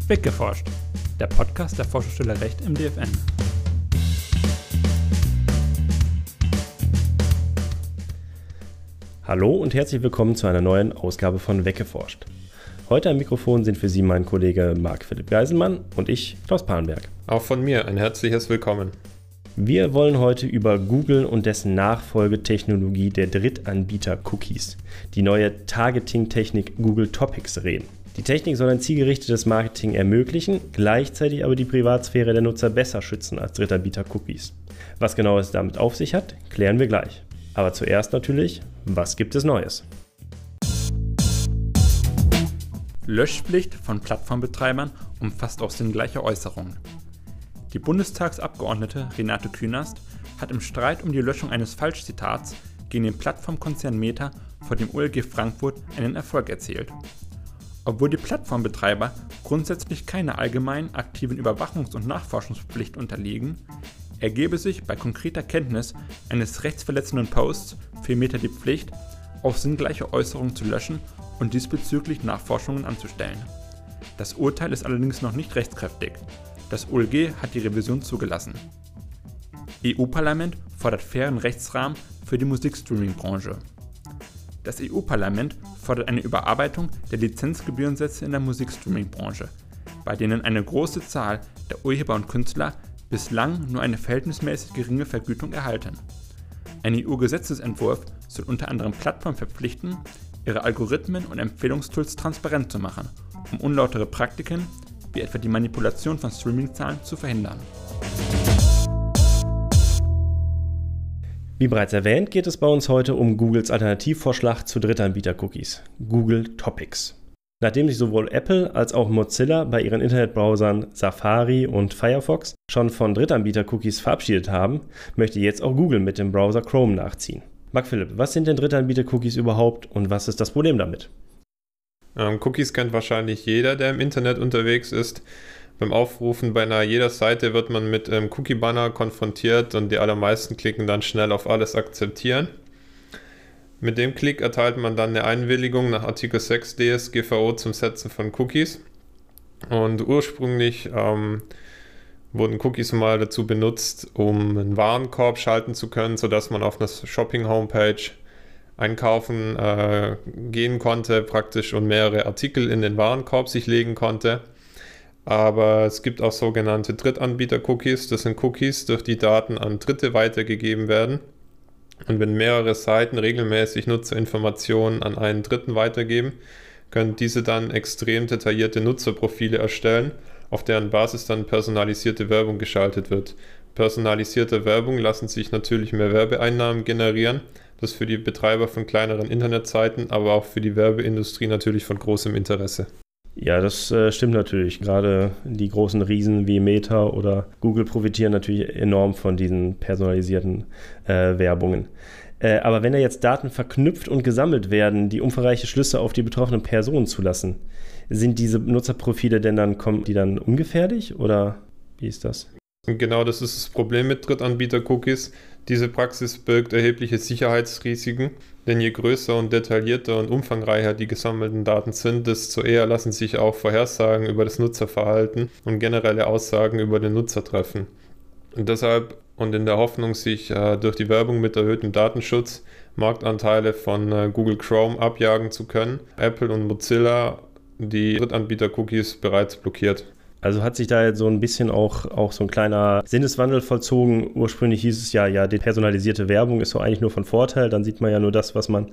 Weggeforscht, der Podcast der Forschungsstelle Recht im DFN. Hallo und herzlich willkommen zu einer neuen Ausgabe von Weggeforscht. Heute am Mikrofon sind für Sie mein Kollege Marc-Philipp Geiselmann und ich, Klaus Palenberg. Auch von mir ein herzliches Willkommen. Wir wollen heute über Google und dessen Nachfolgetechnologie der Drittanbieter-Cookies, die neue Targeting-Technik Google Topics, reden. Die Technik soll ein zielgerichtetes Marketing ermöglichen, gleichzeitig aber die Privatsphäre der Nutzer besser schützen als Drittanbieter-Cookies. Was genau es damit auf sich hat, klären wir gleich. Aber zuerst natürlich, was gibt es Neues? Löschpflicht von Plattformbetreibern umfasst auch sinngleiche Äußerungen. Die Bundestagsabgeordnete Renate Künast hat im Streit um die Löschung eines Falschzitats gegen den Plattformkonzern Meta vor dem OLG Frankfurt einen Erfolg erzielt. Obwohl die Plattformbetreiber grundsätzlich keiner allgemeinen aktiven Überwachungs- und Nachforschungspflicht unterliegen, ergebe sich bei konkreter Kenntnis eines rechtsverletzenden Posts für Meta die Pflicht, auf sinngleiche Äußerungen zu löschen und diesbezüglich Nachforschungen anzustellen. Das Urteil ist allerdings noch nicht rechtskräftig. Das OLG hat die Revision zugelassen. EU-Parlament fordert fairen Rechtsrahmen für die Musikstreaming-Branche. Das EU-Parlament fordert eine Überarbeitung der Lizenzgebührensätze in der Musikstreaming-Branche, bei denen eine große Zahl der Urheber und Künstler bislang nur eine verhältnismäßig geringe Vergütung erhalten. Ein EU-Gesetzesentwurf soll unter anderem Plattformen verpflichten, ihre Algorithmen und Empfehlungstools transparent zu machen, um unlautere Praktiken, wie etwa die Manipulation von Streamingzahlen, zu verhindern. Wie bereits erwähnt, geht es bei uns heute um Googles Alternativvorschlag zu Drittanbieter-Cookies, Google Topics. Nachdem sich sowohl Apple als auch Mozilla bei ihren Internetbrowsern Safari und Firefox schon von Drittanbieter-Cookies verabschiedet haben, möchte jetzt auch Google mit dem Browser Chrome nachziehen. Marc-Philipp, was sind denn Drittanbieter-Cookies überhaupt und was ist das Problem damit? Cookies kennt wahrscheinlich jeder, der im Internet unterwegs ist. Beim Aufrufen beinahe jeder Seite wird man mit Cookie-Banner konfrontiert und die allermeisten klicken dann schnell auf alles akzeptieren. Mit dem Klick erteilt man dann eine Einwilligung nach Artikel 6 DSGVO zum Setzen von Cookies. Und ursprünglich wurden Cookies mal dazu benutzt, um einen Warenkorb schalten zu können, sodass man auf einer Shopping-Homepage einkaufen gehen konnte praktisch und mehrere Artikel in den Warenkorb sich legen konnte. Aber es gibt auch sogenannte Drittanbieter-Cookies. Das sind Cookies, durch die Daten an Dritte weitergegeben werden. Und wenn mehrere Seiten regelmäßig Nutzerinformationen an einen Dritten weitergeben, können diese dann extrem detaillierte Nutzerprofile erstellen, auf deren Basis dann personalisierte Werbung geschaltet wird. Personalisierte Werbung lassen sich natürlich mehr Werbeeinnahmen generieren. Das ist für die Betreiber von kleineren Internetseiten, aber auch für die Werbeindustrie natürlich von großem Interesse. Ja, das stimmt natürlich. Gerade die großen Riesen wie Meta oder Google profitieren natürlich enorm von diesen personalisierten Werbungen. Aber wenn da jetzt Daten verknüpft und gesammelt werden, die umfangreiche Schlüsse auf die betroffenen Personen zulassen, sind diese Nutzerprofile denn dann, kommen die dann ungefährlich oder wie ist das? Genau, das ist das Problem mit Drittanbieter-Cookies. Diese Praxis birgt erhebliche Sicherheitsrisiken, denn je größer und detaillierter und umfangreicher die gesammelten Daten sind, desto eher lassen sich auch Vorhersagen über das Nutzerverhalten und generelle Aussagen über den Nutzer treffen. Und deshalb und in der Hoffnung, sich durch die Werbung mit erhöhtem Datenschutz Marktanteile von Google Chrome abjagen zu können, Apple und Mozilla die Drittanbieter-Cookies bereits blockiert. Also hat sich da jetzt so ein bisschen auch so ein kleiner Sinneswandel vollzogen. Ursprünglich hieß es ja, die personalisierte Werbung ist so eigentlich nur von Vorteil. Dann sieht man ja nur das, was einen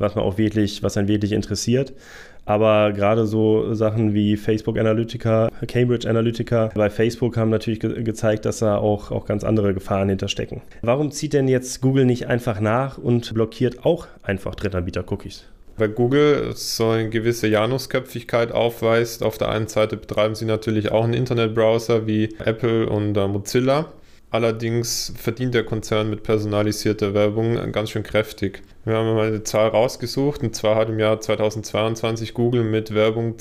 wirklich interessiert. Aber gerade so Sachen wie Facebook Analytica, Cambridge Analytica bei Facebook haben natürlich gezeigt, dass da auch ganz andere Gefahren hinterstecken. Warum zieht denn jetzt Google nicht einfach nach und blockiert auch einfach Drittanbieter-Cookies? Weil Google so eine gewisse Janusköpfigkeit aufweist. Auf der einen Seite betreiben sie natürlich auch einen Internetbrowser wie Apple und Mozilla. Allerdings verdient der Konzern mit personalisierter Werbung ganz schön kräftig. Wir haben mal eine Zahl rausgesucht, und zwar hat im Jahr 2022 Google mit Werbung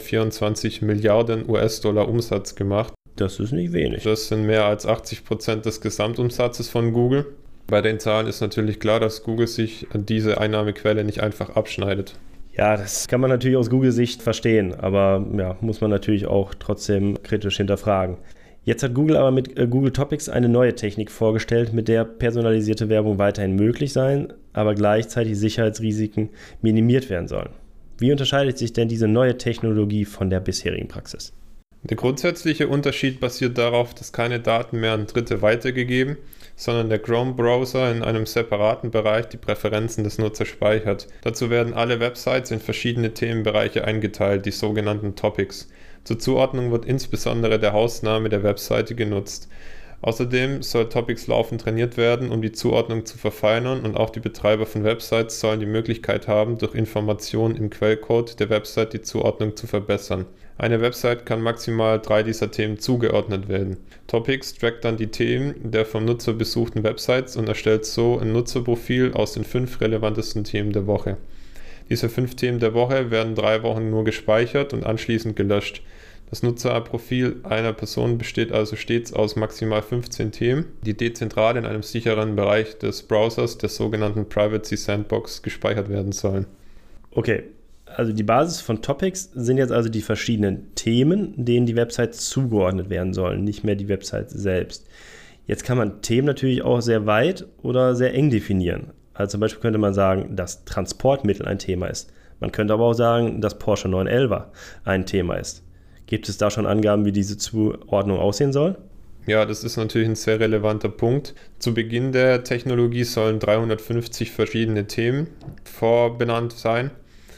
224 Milliarden US-Dollar Umsatz gemacht. Das ist nicht wenig. Das sind mehr als 80% des Gesamtumsatzes von Google. Bei den Zahlen ist natürlich klar, dass Google sich diese Einnahmequelle nicht einfach abschneidet. Ja, das kann man natürlich aus Google-Sicht verstehen, aber ja, muss man natürlich auch trotzdem kritisch hinterfragen. Jetzt hat Google aber mit Google Topics eine neue Technik vorgestellt, mit der personalisierte Werbung weiterhin möglich sein, aber gleichzeitig Sicherheitsrisiken minimiert werden sollen. Wie unterscheidet sich denn diese neue Technologie von der bisherigen Praxis? Der grundsätzliche Unterschied basiert darauf, dass keine Daten mehr an Dritte weitergegeben, sondern der Chrome-Browser in einem separaten Bereich die Präferenzen des Nutzers speichert. Dazu werden alle Websites in verschiedene Themenbereiche eingeteilt, die sogenannten Topics. Zur Zuordnung wird insbesondere der Hausname der Webseite genutzt. Außerdem soll Topics laufend trainiert werden, um die Zuordnung zu verfeinern, und auch die Betreiber von Websites sollen die Möglichkeit haben, durch Informationen im Quellcode der Website die Zuordnung zu verbessern. Eine Website kann maximal 3 dieser Themen zugeordnet werden. Topics trackt dann die Themen der vom Nutzer besuchten Websites und erstellt so ein Nutzerprofil aus den 5 relevantesten Themen der Woche. Diese 5 Themen der Woche werden 3 Wochen nur gespeichert und anschließend gelöscht. Das Nutzerprofil einer Person besteht also stets aus maximal 15 Themen, die dezentral in einem sicheren Bereich des Browsers, der sogenannten Privacy Sandbox, gespeichert werden sollen. Okay, also die Basis von Topics sind jetzt also die verschiedenen Themen, denen die Websites zugeordnet werden sollen, nicht mehr die Website selbst. Jetzt kann man Themen natürlich auch sehr weit oder sehr eng definieren. Also zum Beispiel könnte man sagen, dass Transportmittel ein Thema ist. Man könnte aber auch sagen, dass Porsche 911 ein Thema ist. Gibt es da schon Angaben, wie diese Zuordnung aussehen soll? Ja, das ist natürlich ein sehr relevanter Punkt. Zu Beginn der Technologie sollen 350 verschiedene Themen vorbenannt sein.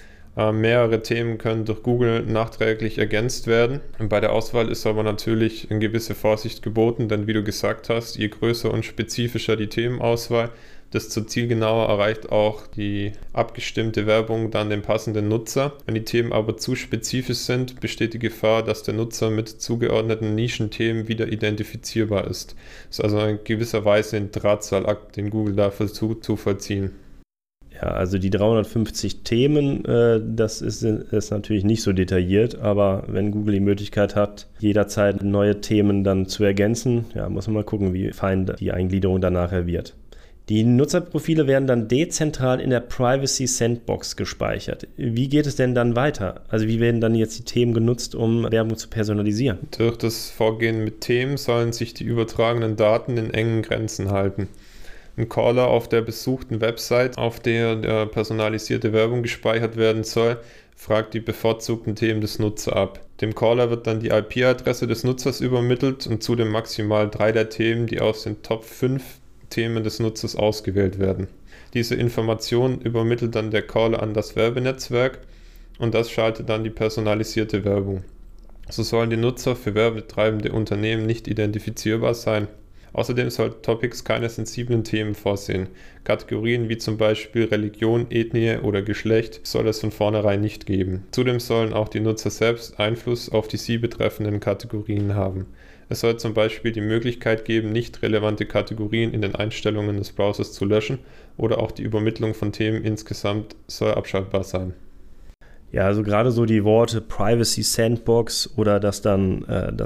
Mehrere Themen können durch Google nachträglich ergänzt werden. Und bei der Auswahl ist aber natürlich eine gewisse Vorsicht geboten, denn wie du gesagt hast, je größer und spezifischer die Themenauswahl, desto zielgenauer erreicht auch die abgestimmte Werbung dann den passenden Nutzer. Wenn die Themen aber zu spezifisch sind, besteht die Gefahr, dass der Nutzer mit zugeordneten Nischenthemen wieder identifizierbar ist. Das ist also in gewisser Weise ein Drahtseilakt, den Google da versucht zu vollziehen. Ja, also die 350 Themen, das ist natürlich nicht so detailliert, aber wenn Google die Möglichkeit hat, jederzeit neue Themen dann zu ergänzen, ja, muss man mal gucken, wie fein die Eingliederung dann nachher wird. Die Nutzerprofile werden dann dezentral in der Privacy Sandbox gespeichert. Wie geht es denn dann weiter? Also wie werden dann jetzt die Themen genutzt, um Werbung zu personalisieren? Durch das Vorgehen mit Themen sollen sich die übertragenen Daten in engen Grenzen halten. Ein Caller auf der besuchten Website, auf der personalisierte Werbung gespeichert werden soll, fragt die bevorzugten Themen des Nutzers ab. Dem Caller wird dann die IP-Adresse des Nutzers übermittelt und zudem maximal 3 der Themen, die aus den Top 5 Themen des Nutzers ausgewählt werden. Diese Information übermittelt dann der Caller an das Werbenetzwerk und das schaltet dann die personalisierte Werbung. So sollen die Nutzer für werbetreibende Unternehmen nicht identifizierbar sein. Außerdem soll Topics keine sensiblen Themen vorsehen. Kategorien wie zum Beispiel Religion, Ethnie oder Geschlecht soll es von vornherein nicht geben. Zudem sollen auch die Nutzer selbst Einfluss auf die sie betreffenden Kategorien haben. Es soll zum Beispiel die Möglichkeit geben, nicht relevante Kategorien in den Einstellungen des Browsers zu löschen oder auch die Übermittlung von Themen insgesamt soll abschaltbar sein. Ja, also gerade so die Worte Privacy Sandbox oder dass dann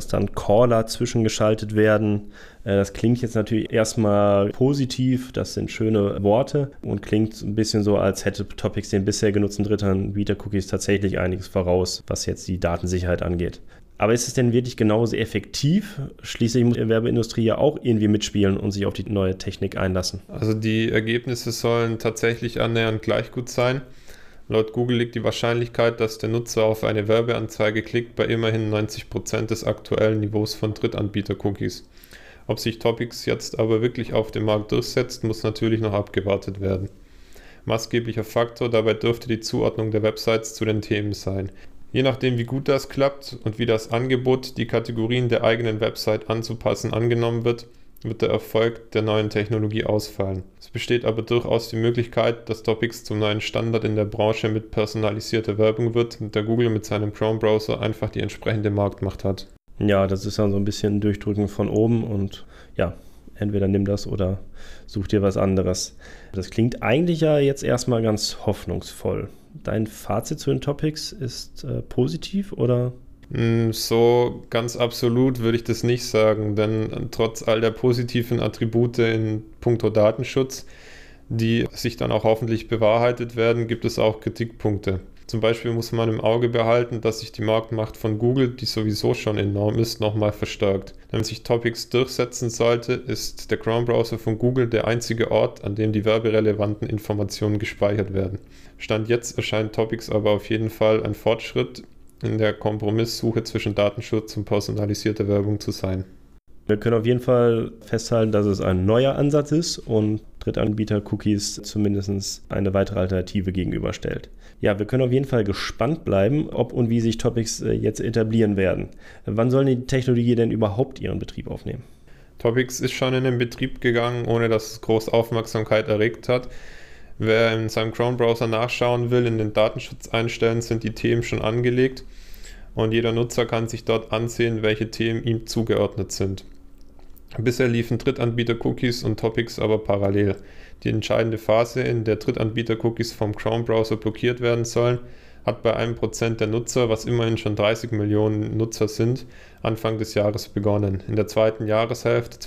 Caller zwischengeschaltet werden, das klingt jetzt natürlich erstmal positiv, das sind schöne Worte und klingt ein bisschen so, als hätte Topics den bisher genutzten Drittanbieter-Cookies tatsächlich einiges voraus, was jetzt die Datensicherheit angeht. Aber ist es denn wirklich genauso effektiv? Schließlich muss die Werbeindustrie ja auch irgendwie mitspielen und sich auf die neue Technik einlassen. Also die Ergebnisse sollen tatsächlich annähernd gleich gut sein. Laut Google liegt die Wahrscheinlichkeit, dass der Nutzer auf eine Werbeanzeige klickt, bei immerhin 90% des aktuellen Niveaus von Drittanbieter-Cookies. Ob sich Topics jetzt aber wirklich auf dem Markt durchsetzt, muss natürlich noch abgewartet werden. Maßgeblicher Faktor dabei dürfte die Zuordnung der Websites zu den Themen sein. Je nachdem, wie gut das klappt und wie das Angebot, die Kategorien der eigenen Website anzupassen, angenommen wird, wird der Erfolg der neuen Technologie ausfallen. Es besteht aber durchaus die Möglichkeit, dass Topics zum neuen Standard in der Branche mit personalisierter Werbung wird, da Google mit seinem Chrome-Browser einfach die entsprechende Marktmacht hat. Ja, das ist dann so ein bisschen Durchdrücken von oben und ja, entweder nimm das oder such dir was anderes. Das klingt eigentlich ja jetzt erstmal ganz hoffnungsvoll. Dein Fazit zu den Topics ist positiv oder? So ganz absolut würde ich das nicht sagen, denn trotz all der positiven Attribute in puncto Datenschutz, die sich dann auch hoffentlich bewahrheitet werden, gibt es auch Kritikpunkte. Zum Beispiel muss man im Auge behalten, dass sich die Marktmacht von Google, die sowieso schon enorm ist, nochmal verstärkt. Wenn sich Topics durchsetzen sollte, ist der Chrome-Browser von Google der einzige Ort, an dem die werberelevanten Informationen gespeichert werden. Stand jetzt erscheint Topics aber auf jeden Fall ein Fortschritt in der Kompromisssuche zwischen Datenschutz und personalisierter Werbung zu sein. Wir können auf jeden Fall festhalten, dass es ein neuer Ansatz ist und Drittanbieter-Cookies zumindest eine weitere Alternative gegenüberstellt. Ja, wir können auf jeden Fall gespannt bleiben, ob und wie sich Topics jetzt etablieren werden. Wann soll die Technologie denn überhaupt ihren Betrieb aufnehmen? Topics ist schon in den Betrieb gegangen, ohne dass es groß Aufmerksamkeit erregt hat. Wer in seinem Chrome-Browser nachschauen will, in den Datenschutzeinstellungen sind die Themen schon angelegt und jeder Nutzer kann sich dort ansehen, welche Themen ihm zugeordnet sind. Bisher liefen Drittanbieter-Cookies und Topics aber parallel. Die entscheidende Phase, in der Drittanbieter-Cookies vom Chrome-Browser blockiert werden sollen, hat bei 1% der Nutzer, was immerhin schon 30 Millionen Nutzer sind, Anfang des Jahres begonnen. In der zweiten Jahreshälfte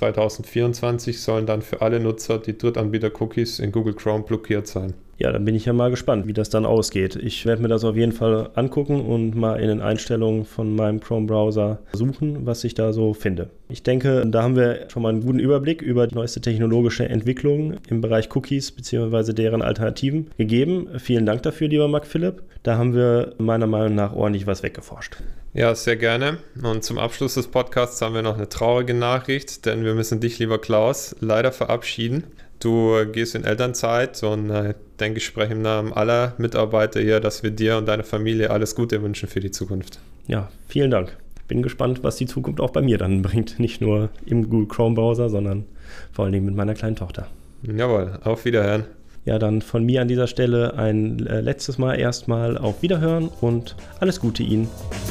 2024 sollen dann für alle Nutzer die Drittanbieter-Cookies in Google Chrome blockiert sein. Ja, dann bin ich ja mal gespannt, wie das dann ausgeht. Ich werde mir das auf jeden Fall angucken und mal in den Einstellungen von meinem Chrome-Browser suchen, was ich da so finde. Ich denke, da haben wir schon mal einen guten Überblick über die neueste technologische Entwicklung im Bereich Cookies bzw. deren Alternativen gegeben. Vielen Dank dafür, lieber Marc Philipp. Da haben wir meiner Meinung nach ordentlich was weggeforscht. Ja, sehr gerne. Und zum Abschluss des Podcasts haben wir noch eine traurige Nachricht, denn wir müssen dich, lieber Klaus, leider verabschieden. Du gehst in Elternzeit und denke, ich spreche im Namen aller Mitarbeiter hier, dass wir dir und deiner Familie alles Gute wünschen für die Zukunft. Ja, vielen Dank. Bin gespannt, was die Zukunft auch bei mir dann bringt. Nicht nur im Google Chrome Browser, sondern vor allen Dingen mit meiner kleinen Tochter. Jawohl, auf Wiederhören. Ja, dann von mir an dieser Stelle ein letztes Mal erstmal auf Wiederhören und alles Gute Ihnen.